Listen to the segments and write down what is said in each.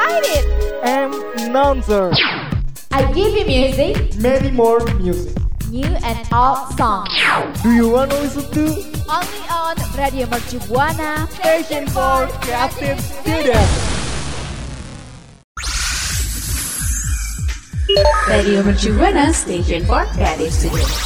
excited. I'm announcer. I give you music, Many more music. new and old songs. Do you want to listen to Only on Radio Mercu Buana Station for Creative Students? Radio Mercu Buana Station for Creative Students.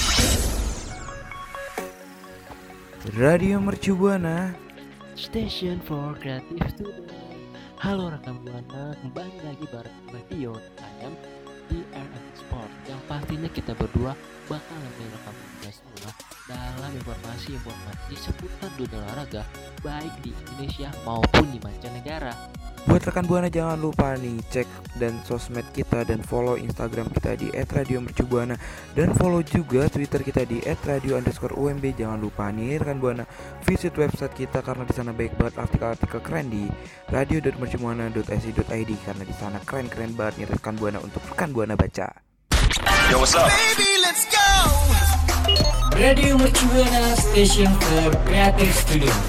Radio Mercu Buana Station for Creative Student. Halo rekan Buana, kembali lagi bareng Radio Ayam di RM Sport. Yang pastinya kita berdua bakal nemenin rekan Buana semua dalam informasi seputar dunia olahraga, baik di Indonesia maupun di mancanegara. Buat rekan Buana jangan lupa nih cek dan sosmed kita dan follow Instagram kita di @radiomercubuana dan follow juga Twitter kita di @radio_umb. Jangan lupa nih rekan Buana visit website kita karena di sana baik banget artikel-artikel keren di radio.mercubuana.ac.id karena di sana keren-keren banget nih rekan Buana untuk rekan Buana baca. Yo, what's up? Baby, let's go. Radio Mercu Buana Station for Creative Student.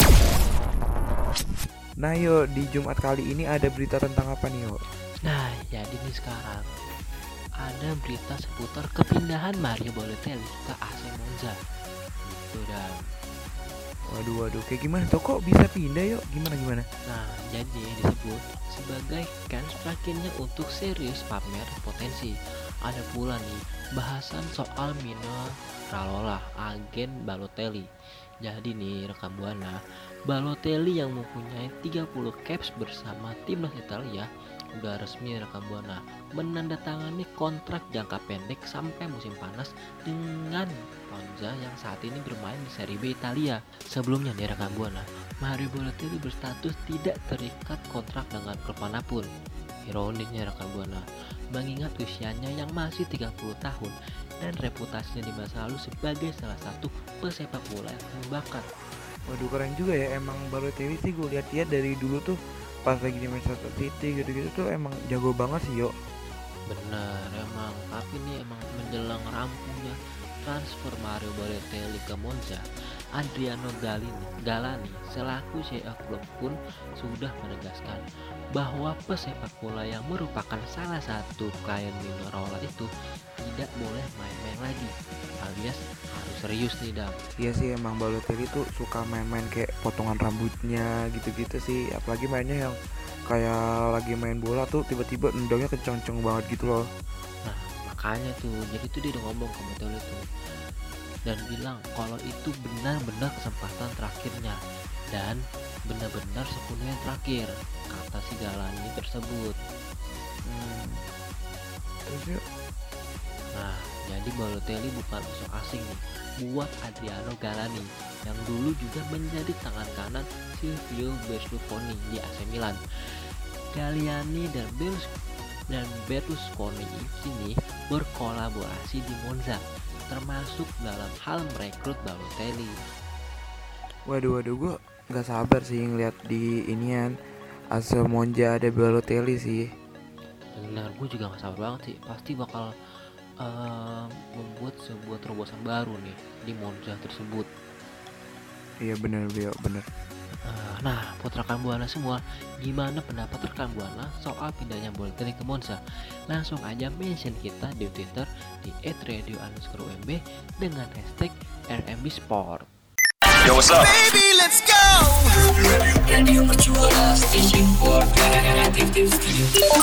Nah yo, di Jumat kali ini ada berita tentang apa nih yo? Nah, jadi nih sekarang ada berita seputar kepindahan Mario Balotelli ke AC Monza. Gitu dah. Waduh, kayak gimana tuh kok bisa pindah yo? Gimana? Nah, jadi disebut sebagai kans terakhirnya untuk serius pamer potensi. Ada pula nih bahasan soal Mino Raiola, agen Balotelli. Jadi nih rekan Buana, Balotelli yang mempunyai 30 caps bersama timnas Italia udah resmi rekan Buana menandatangani kontrak jangka pendek sampai musim panas dengan Monza yang saat ini bermain di Serie B Italia. Sebelumnya nih rekan Buana, Mario Balotelli berstatus tidak terikat kontrak dengan klub manapun. Ironisnya rekan Buana, mengingat usianya yang masih 30 tahun dan reputasinya di masa lalu sebagai salah satu pesepak bola yang berbakat. Waduh keren juga ya, emang Balotelli sih gue lihat dia dari dulu tuh pas lagi di Manchester City gitu-gitu tuh emang jago banget sih yo. Bener emang, tapi ini emang menjelang rampungnya transfer Mario Balotelli ke Monza, Adriano Galani selaku CEO klub pun sudah menegaskan bahwa pesepak bola yang merupakan salah satu klien Mino Raiola itu tidak boleh main-main lagi, alias harus serius nih Dam. Iya sih emang Balotelli tuh suka main-main kayak potongan rambutnya gitu-gitu sih, apalagi mainnya yang kayak lagi main bola tuh tiba-tiba nendangnya kenceng-kenceng banget gitu loh. Nah makanya tuh, jadi tuh dia udah ngomong ke Balotelli tuh dan bilang kalau itu benar-benar kesempatan terakhirnya dan benar-benar sepenuhnya terakhir, kata si Galani tersebut. Terus yuk. Nah, jadi Balotelli bukan musuh asing nih buat Adriano Galani yang dulu juga menjadi tangan kanan Silvio Berlusconi di AC Milan. Galliani dan Berlusconi kini berkolaborasi di Monza, termasuk dalam hal merekrut Balotelli. Waduh gue nggak sabar sih ngeliat di inian AC Monza ada Balotelli sih. Benar, gue juga gak sabar banget sih, pasti bakal membuat sebuah terobosan baru nih di Monza tersebut. Iya bener. Nah, buat rekan Buana semua, gimana pendapat rekan Buana soal pindahnya Balotelli ke Monza? Langsung aja mention kita di Twitter di @radio_umb dengan hashtag #RMBsport. Yo, what's up? Baby, let's go. Radio Mercu Buana Station for Creative Students.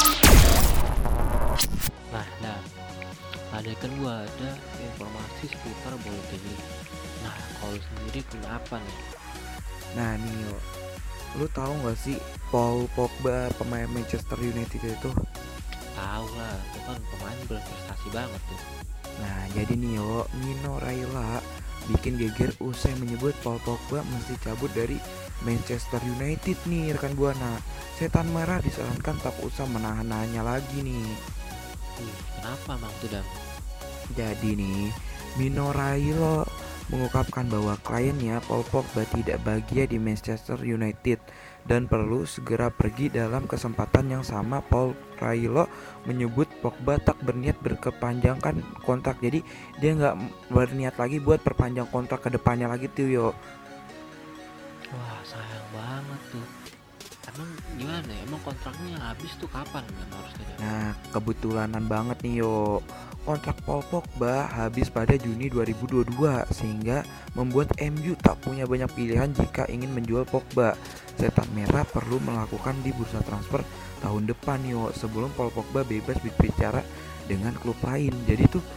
Nah, ada kan gua ada informasi seputar Balotelli. Nah, kalau sendiri punya apa nih? Nah nih yo, lu tahu nggak sih Paul Pogba pemain Manchester United itu? Tahu lah, itu kan pemain berprestasi banget tuh. Nah jadi nih yo, Mino Raiola bikin geger usai menyebut Paul Pogba mesti cabut dari Manchester United nih rekan Buana. Setan merah disarankan tak usah menahan-nahannya lagi nih. Kenapa Mang tuh Dam? Jadi nih, Mino Raiola mengungkapkan bahwa kliennya Paul Pogba tidak bahagia di Manchester United dan perlu segera pergi. Dalam kesempatan yang sama, Paul Raiola menyebut Pogba tak berniat berkepanjangkan kontrak. Jadi dia nggak berniat lagi buat perpanjang kontrak ke depannya lagi tuh yo. Wah sayang banget tuh. Emang gimana ya? Emang kontraknya habis tuh kapan kan harusnya? Nah, kebetulanan banget nih yo. Kontrak Paul Pogba habis pada Juni 2022 sehingga membuat MU tak punya banyak pilihan jika ingin menjual Pogba. Setan Merah perlu melakukan di bursa transfer tahun depan yo sebelum Paul Pogba bebas berbicara dengan klub lain. Jadi tuh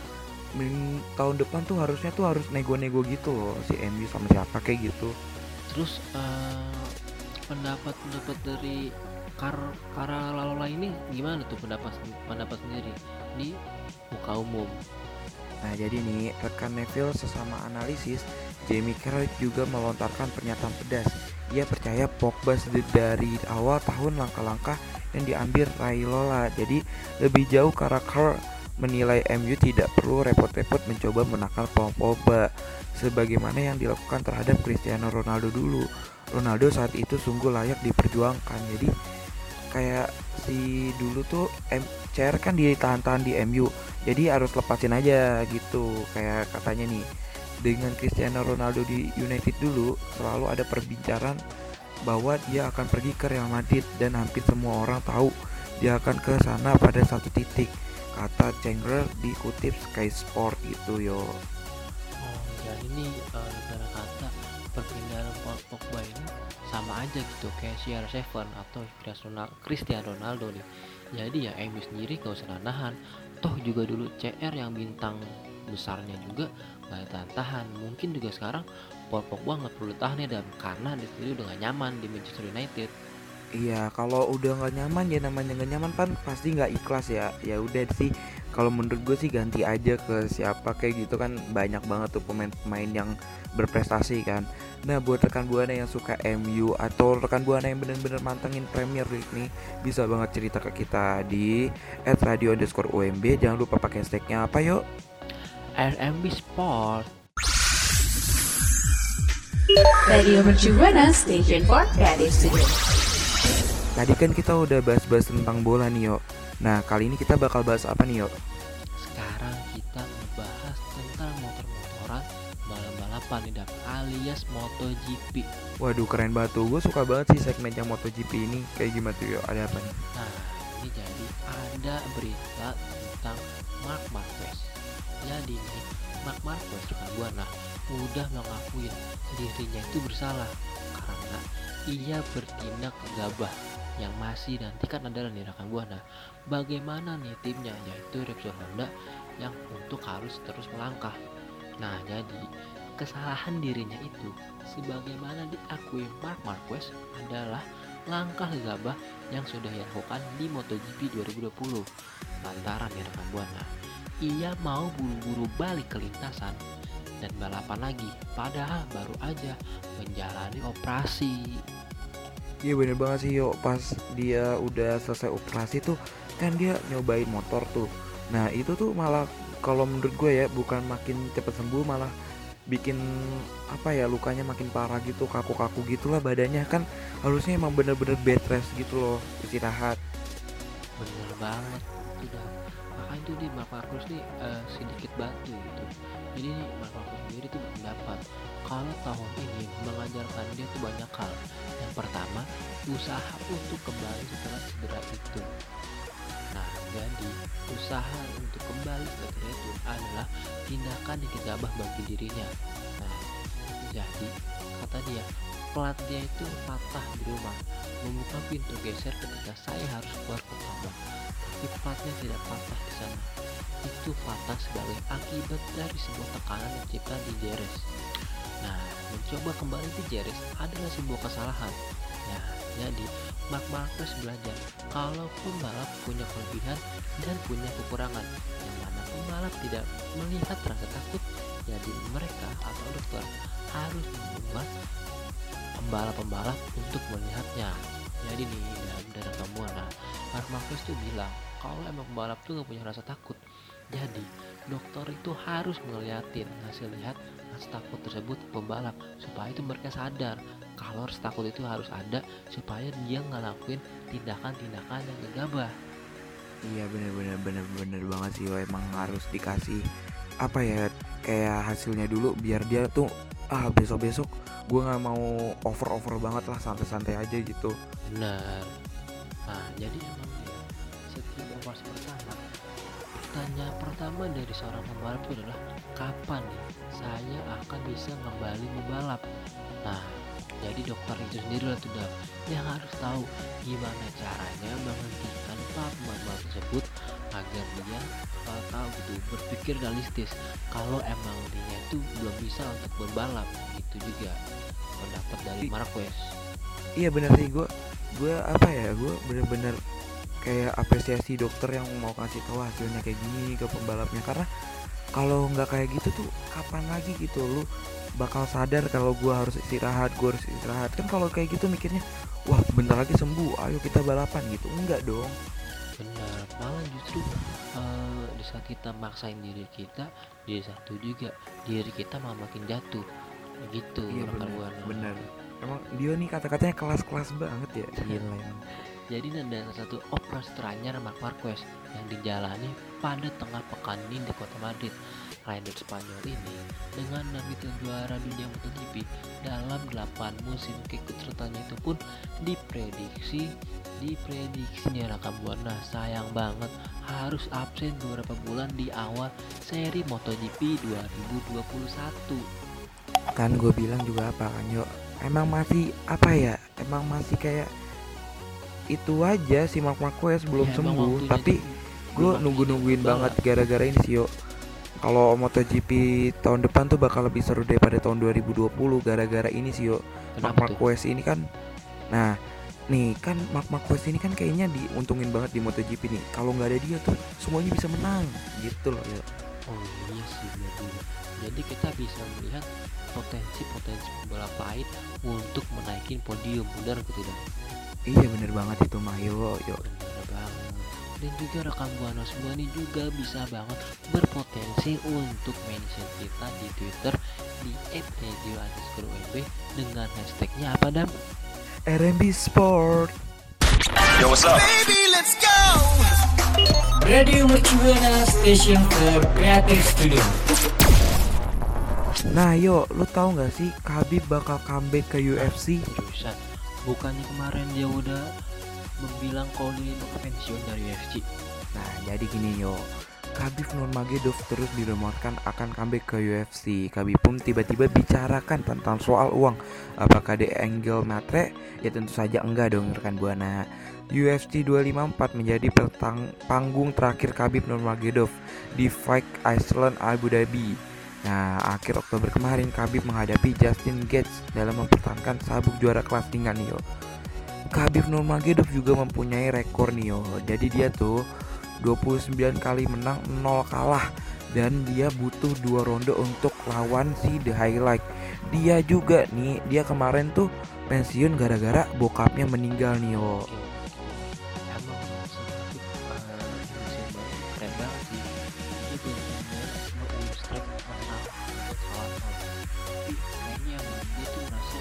tahun depan tuh harus nego-nego gitu loh si MU sama siapa kayak gitu. Terus pendapat dari Kara Lalola ini gimana tuh pendapat sendiri di muka umum? Nah jadi nih rekan Neville sesama analisis Jamie Carragher juga melontarkan pernyataan pedas. Ia percaya Pogba dari awal tahun langkah-langkah yang diambil Raiola. Jadi lebih jauh Carragher menilai MU tidak perlu repot-repot mencoba menakar Paul Pogba sebagaimana yang dilakukan terhadap Cristiano Ronaldo dulu. Ronaldo saat itu sungguh layak diperjuangkan. Jadi kayak si dulu tuh CR kan ditahan-tahan di MU, jadi harus lepasin aja gitu. Kayak katanya nih, dengan Cristiano Ronaldo di United dulu selalu ada perbincangan bahwa dia akan pergi ke Real Madrid dan hampir semua orang tahu dia akan ke sana pada satu titik, kata Cengler dikutip Sky Sport gitu yo. Jadi ini negara kata perpindahan Paul Pogba ini sama aja gitu kayak CR7 atau Cristiano Ronaldo nih. Jadi ya MU sendiri gak usah nahan. Toh juga dulu CR yang bintang besarnya juga gak tahan. Mungkin juga sekarang Paul Pogba gak perlu tahan ya, dan karena di sini udah gak nyaman di Manchester United. Iya, kalau udah nggak nyaman ya namanya nggak nyaman kan pasti nggak ikhlas ya. Ya udah sih, kalau menurut gue sih ganti aja ke siapa kayak gitu kan, banyak banget tuh pemain-pemain yang berprestasi kan. Nah buat rekan buana yang suka MU atau rekan buana yang bener-bener mantengin Premier League nih, bisa banget cerita ke kita di @radio_UMB. Jangan lupa pakai hashtagnya apa yuk? RMB Sport. Radio Mercu Buana Station for Creative Studio. Tadi kan kita udah bahas-bahas tentang bola nih yo. Nah kali ini kita bakal bahas apa nih yo? Sekarang kita ngebahas tentang motor-motoran balap-balapan nih, alias MotoGP. Waduh keren banget tuh, gue suka banget sih segmen yang MotoGP ini. Kayak gimana tuh yo, ada apa nih? Nah ini jadi ada berita tentang Marc Marquez. Jadi nih Marc Marquez rekan buana udah mengakuin dirinya itu bersalah karena ia bertindak gegabah yang masih nantikan adalah nih rekan buana bagaimana nih timnya, yaitu Repsol Honda yang untuk harus terus melangkah. Nah jadi kesalahan dirinya itu sebagaimana diakui Marc Marquez adalah langkah gegabah yang sudah dilakukan di MotoGP 2020 lantaran nih rekan buana ia mau buru-buru balik ke lintasan dan balapan lagi padahal baru aja menjalani operasi. Iya bener banget sih yo, pas dia udah selesai operasi tuh kan dia nyobain motor tuh. Nah itu tuh malah kalau menurut gue ya bukan makin cepet sembuh, malah bikin apa ya, lukanya makin parah gitu, kaku-kaku gitulah badannya. Kan harusnya emang bener-bener bed rest gitu loh, istirahat. Bener banget udah, makanya tuh di Marc Marquez nih sedikit batu gitu. Jadi nih Marc Marquez sendiri tuh berpendapat kalau tahun ini mengajarkan dia tuh banyak hal. Yang pertama, usaha untuk kembali setelah cedera itu. Nah jadi usaha untuk kembali setelah cedera itu adalah tindakan yang gegabah bagi dirinya. Nah jadi kata dia, plat dia itu patah di rumah, membuka pintu geser ketika saya harus keluar ke kamar. Tapi platnya tidak patah di sana. Itu patah sebagai akibat dari sebuah tekanan yang diciptakan di Jerez. Nah, mencoba kembali di Jerez adalah sebuah kesalahan. Nah, jadi Marc Marquez belajar kalau pembalap punya kelebihan dan punya kekurangan, yang mana pembalap tidak melihat rasa takut. Jadi mereka atau dokter harus membuat pembalap-pembalap untuk melihatnya. Jadi nih dalam Buana, Marc Marquez tuh bilang kalau emang pembalap tuh gak punya rasa takut, jadi dokter itu harus ngeliatin hasil lihat rasa takut tersebut ke pembalap supaya itu mereka sadar kalau rasa takut itu harus ada supaya dia ngelakuin tindakan-tindakan yang gegabah. Iya bener banget sih yo, emang harus dikasih apa ya, kayak hasilnya dulu biar dia tuh besok-besok gue nggak mau over banget lah, santai-santai aja gitu. Benar. Nah, jadi emang ya, setiap operasi pertama, pertanyaan pertama dari seorang pembalap itu adalah kapan nih saya akan bisa kembali membalap. Nah, jadi dokter itu sendiri lah tuh yang harus tahu gimana caranya menghentikan pembalap tersebut agar dia tahu gitu, berpikir realistis kalau emang dia itu belum bisa untuk berbalap. Gitu juga pendapat dari Marquez. Iya bener sih, gue apa ya, gue bener-bener kayak apresiasi dokter yang mau kasih tahu hasilnya kayak gini ke pembalapnya, karena kalau nggak kayak gitu tuh kapan lagi gitu lu bakal sadar kalau gue harus istirahat kan. Kalau kayak gitu mikirnya wah bentar lagi sembuh, ayo kita balapan gitu, enggak dong. Benar, malah justru di saat kita maksain diri kita, di satu juga diri kita malah makin jatuh gitu. Iya benar. Emang dia nih kata-katanya kelas-kelas banget ya. Gila ya. Jadi ada satu operasi teranyar Marc Marquez yang dijalani pada tengah pekan ini di kota Madrid. Rider Spanyol ini dengan titel juara dunia MotoGP dalam 8 musim keikutsertaannya itu pun diprediksi nih rekam Buana, sayang banget harus absen beberapa bulan di awal seri MotoGP 2021. Kan gue bilang juga apa kan yo, emang masih apa ya, emang masih kayak itu aja si Marc Marquez belum sembuh, tapi gue nungguin banget gara-gara ini sih yo. Kalau MotoGP tahun depan tuh bakal lebih seru daripada tahun 2020 gara-gara ini sih yo. Marc Marquez ini kan, nah nih kan Marc Marquez ini kan kayaknya diuntungin banget di MotoGP nih. Kalau nggak ada dia tuh semuanya bisa menang gitu loh ya. Oh iya sih benar. Jadi kita bisa melihat potensi pembalap lain untuk menaikin podium, benar gitu dan. Iya bener banget itu Mayo yo. Bener banget. Dan juga rekan Buana semua ini juga bisa banget berpotensi untuk mention kita di Twitter di @radio_UMB dengan hashtagnya apa Dam? RMB Sport. Yo, what's up? Radio Mercubuana Station for Creative Studio. Nah yo, lu tahu nggak sih Khabib bakal comeback ke UFC? Seriusan, bukannya kemarin dia udah bilang kalau dia mau pensiun dari UFC. Nah jadi gini yo, Khabib Nurmagomedov terus dirumorkan akan comeback ke UFC. Khabib pun tiba-tiba bicarakan tentang soal uang. Apakah The Angle matre? Ya tentu saja enggak dong rekan Buana. UFC 254 menjadi panggung terakhir Khabib Nurmagomedov di Fight Island Abu Dhabi. Nah, akhir Oktober kemarin Khabib menghadapi Justin Gaethje dalam mempertahankan sabuk juara kelas ringan yo. Khabib Nurmagomedov juga mempunyai rekor nih yo. Jadi dia tuh 29 kali menang 0 kalah dan dia butuh 2 ronde untuk lawan si The Highlight. Dia juga nih, dia kemarin tuh pensiun gara-gara bokapnya meninggal nih yo. Emang sedikit keren banget sih. Dia benar-benar semua strike menang kawan. Tapi kayaknya emang dia tuh merasa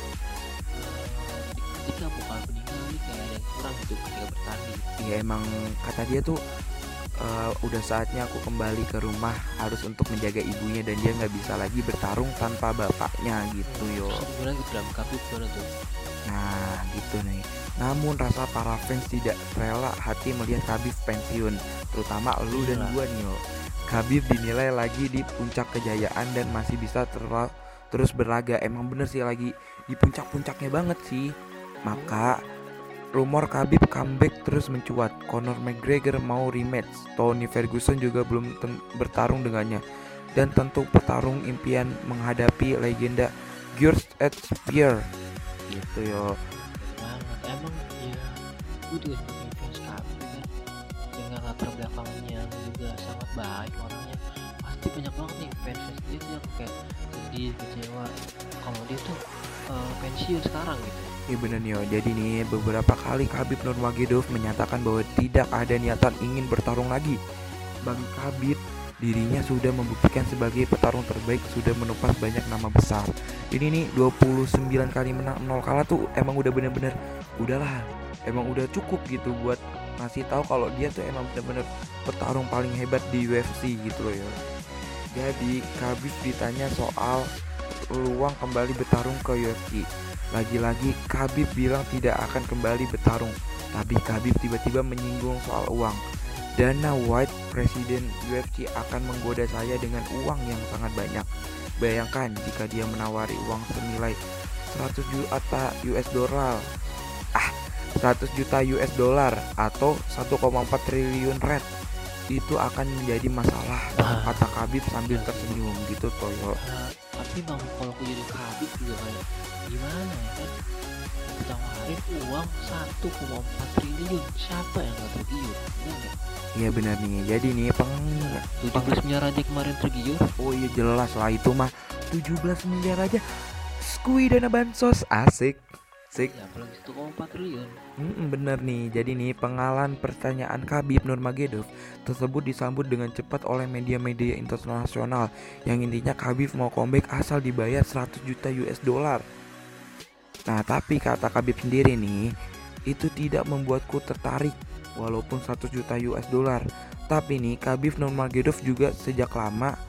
ketika bokap meninggal nih kayak ada yang kurang gitu ketika bertanding. Ya emang kata dia tuh udah saatnya aku kembali ke rumah, harus untuk menjaga ibunya dan dia nggak bisa lagi bertarung tanpa bapaknya gitu yo. Sebenarnya gitu dalam Khabib mana tuh? Nah gitu nih. Namun rasa para fans tidak rela hati melihat Khabib pensiun, terutama lu dan gua nih yo. Khabib dinilai lagi di puncak kejayaan dan masih bisa terus berlaga. Emang bener sih lagi di puncak-puncaknya banget sih. Maka rumor Khabib comeback terus mencuat. Conor McGregor mau rematch. Tony Ferguson juga belum bertarung dengannya. Dan tentu petarung impian menghadapi legenda George Ed Spear. Gitu yo. Banget emang ya, gue juga sebagai fans Khabib kan, dengan latar belakangnya yang juga sangat baik orangnya, pasti banyak banget nih fans dia tuh yang kayak sedih, kecewa kalau dia tuh pensiun sekarang gitu. Iya bener nih yo. Jadi nih beberapa kali Khabib Nurmagomedov menyatakan bahwa tidak ada niatan ingin bertarung lagi. Bagi Khabib, dirinya sudah membuktikan sebagai petarung terbaik, sudah menumpas banyak nama besar. Ini nih 29 kali menang 0 kalah tuh emang udah bener-bener udahlah, emang udah cukup gitu buat ngasih tahu kalau dia tuh emang bener-bener petarung paling hebat di UFC gitu loh ya. Jadi Khabib ditanya soal peluang kembali bertarung ke UFC. Lagi-lagi Khabib bilang tidak akan kembali bertarung, tapi Khabib tiba-tiba menyinggung soal uang. Dana White, presiden UFC, akan menggoda saya dengan uang yang sangat banyak. Bayangkan jika dia menawari uang senilai 100 juta US dollar. 100 juta US dollar atau 1,4 triliun red. Itu akan menjadi masalah, kata Khabib sambil tersenyum gitu Toyo. Tapi bang, kalau aku jadi Khabib juga kayak gimana ya kan, ditawarin uang 1,4 triliun, siapa yang gak tergiur? Iya benar nih, jadi nih 17 miliar aja kemarin tergiur. Oh iya jelas lah, itu mah 17 miliar aja skui dana bansos, asik. Ya, apalagi 1,4 triliun. Bener nih, jadi nih penggalan pertanyaan Khabib Nurmagomedov tersebut disambut dengan cepat oleh media-media internasional yang intinya Khabib mau comeback asal dibayar 100 juta US dollar. Nah tapi kata Khabib sendiri nih, itu tidak membuatku tertarik walaupun 100 juta US dollar. Tapi nih Khabib Nurmagomedov juga sejak lama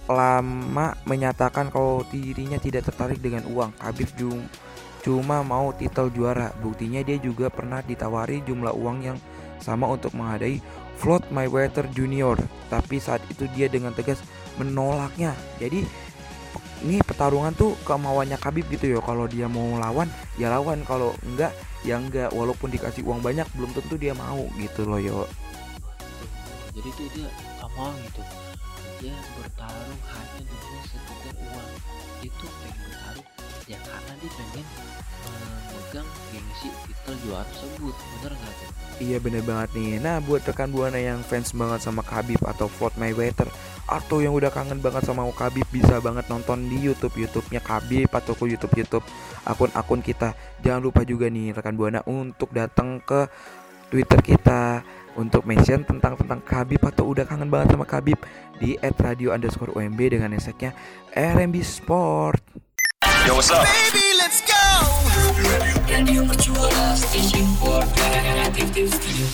menyatakan kalau dirinya tidak tertarik dengan uang. Khabib cuma mau titel juara. Buktinya dia juga pernah ditawari jumlah uang yang sama untuk menghadapi Floyd Mayweather Jr. Tapi saat itu dia dengan tegas menolaknya. Jadi ini pertarungan tuh kemauannya Khabib gitu ya. Kalau dia mau lawan ya lawan, kalau enggak ya enggak. Walaupun dikasih uang banyak belum tentu dia mau gitu loh yo. Jadi tuh dia gak mau gitu. Dia bertarung hanya demi sekedar uang. Itu pengen bertarung ya karena dia pengen memegang gengsi titel juara tersebut, bener gak tuh? Iya bener banget nih. Nah buat rekan Buana yang fans banget sama Khabib atau Floyd Mayweather, atau yang udah kangen banget sama Khabib, bisa banget nonton di YouTube-nya Khabib atau ke YouTube akun-akun kita. Jangan lupa juga nih rekan Buana untuk datang ke Twitter kita untuk mention tentang Khabib atau udah kangen banget sama Khabib di @radio_OMB dengan hashtagnya RMB Sport. Yo, what's up? Baby, let's go. Radio Mercubuana Station for Creative Studio.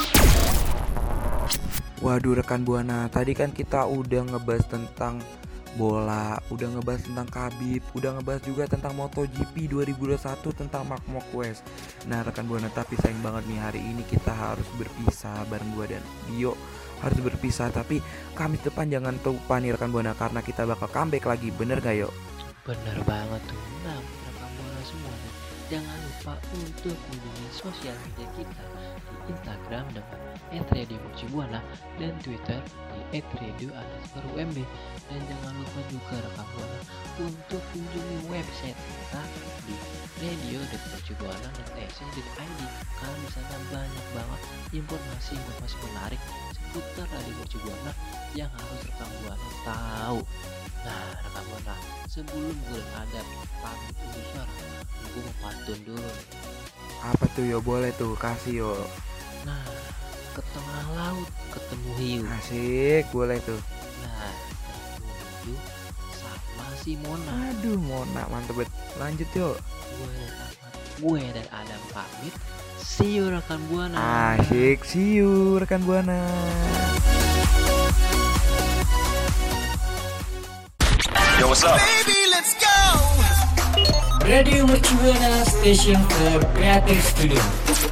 Waduh rekan Buana, tadi kan kita udah ngebahas tentang bola, udah ngebahas tentang Khabib, udah ngebahas juga tentang MotoGP 2021 tentang Marc Marquez. Nah rekan Buana, tapi sayang banget nih hari ini kita harus berpisah bareng gua dan Dio. Harus berpisah, tapi Kamis depan jangan lupa nih rekan Buana, karena kita bakal comeback lagi, bener gak yo? Bener banget tuh. Nah rekan Buana semuanya, jangan lupa untuk kunjungi sosial media kita di Instagram dengan @radiomercubuana dan Twitter di @radio_OMB. Dan jangan lupa juga rekan Buana untuk kunjungi website kita di radio.mercubuana.ac.id. Karena di sana banyak banget informasi menarik seputar Radio Mercubuana yang harus rekan Buana tahu. Nah rekan Buana, sebelum gue ada pamit undur suara, gue mau pantun dulu nih. Apa tuh yo, boleh tuh kasih yo. Nah, ke tengah laut ketemu hiu. Asik, boleh tuh. Nah, ketemu hiu sama si Mona. Aduh Mona, mantep banget. Lanjut yo. Gue dan Adam pamit. See you rekan Buana. Asik, see you rekan Buana. Yo, what's up? Baby, let's go. Radio Mercubuana Station for Creative Studio.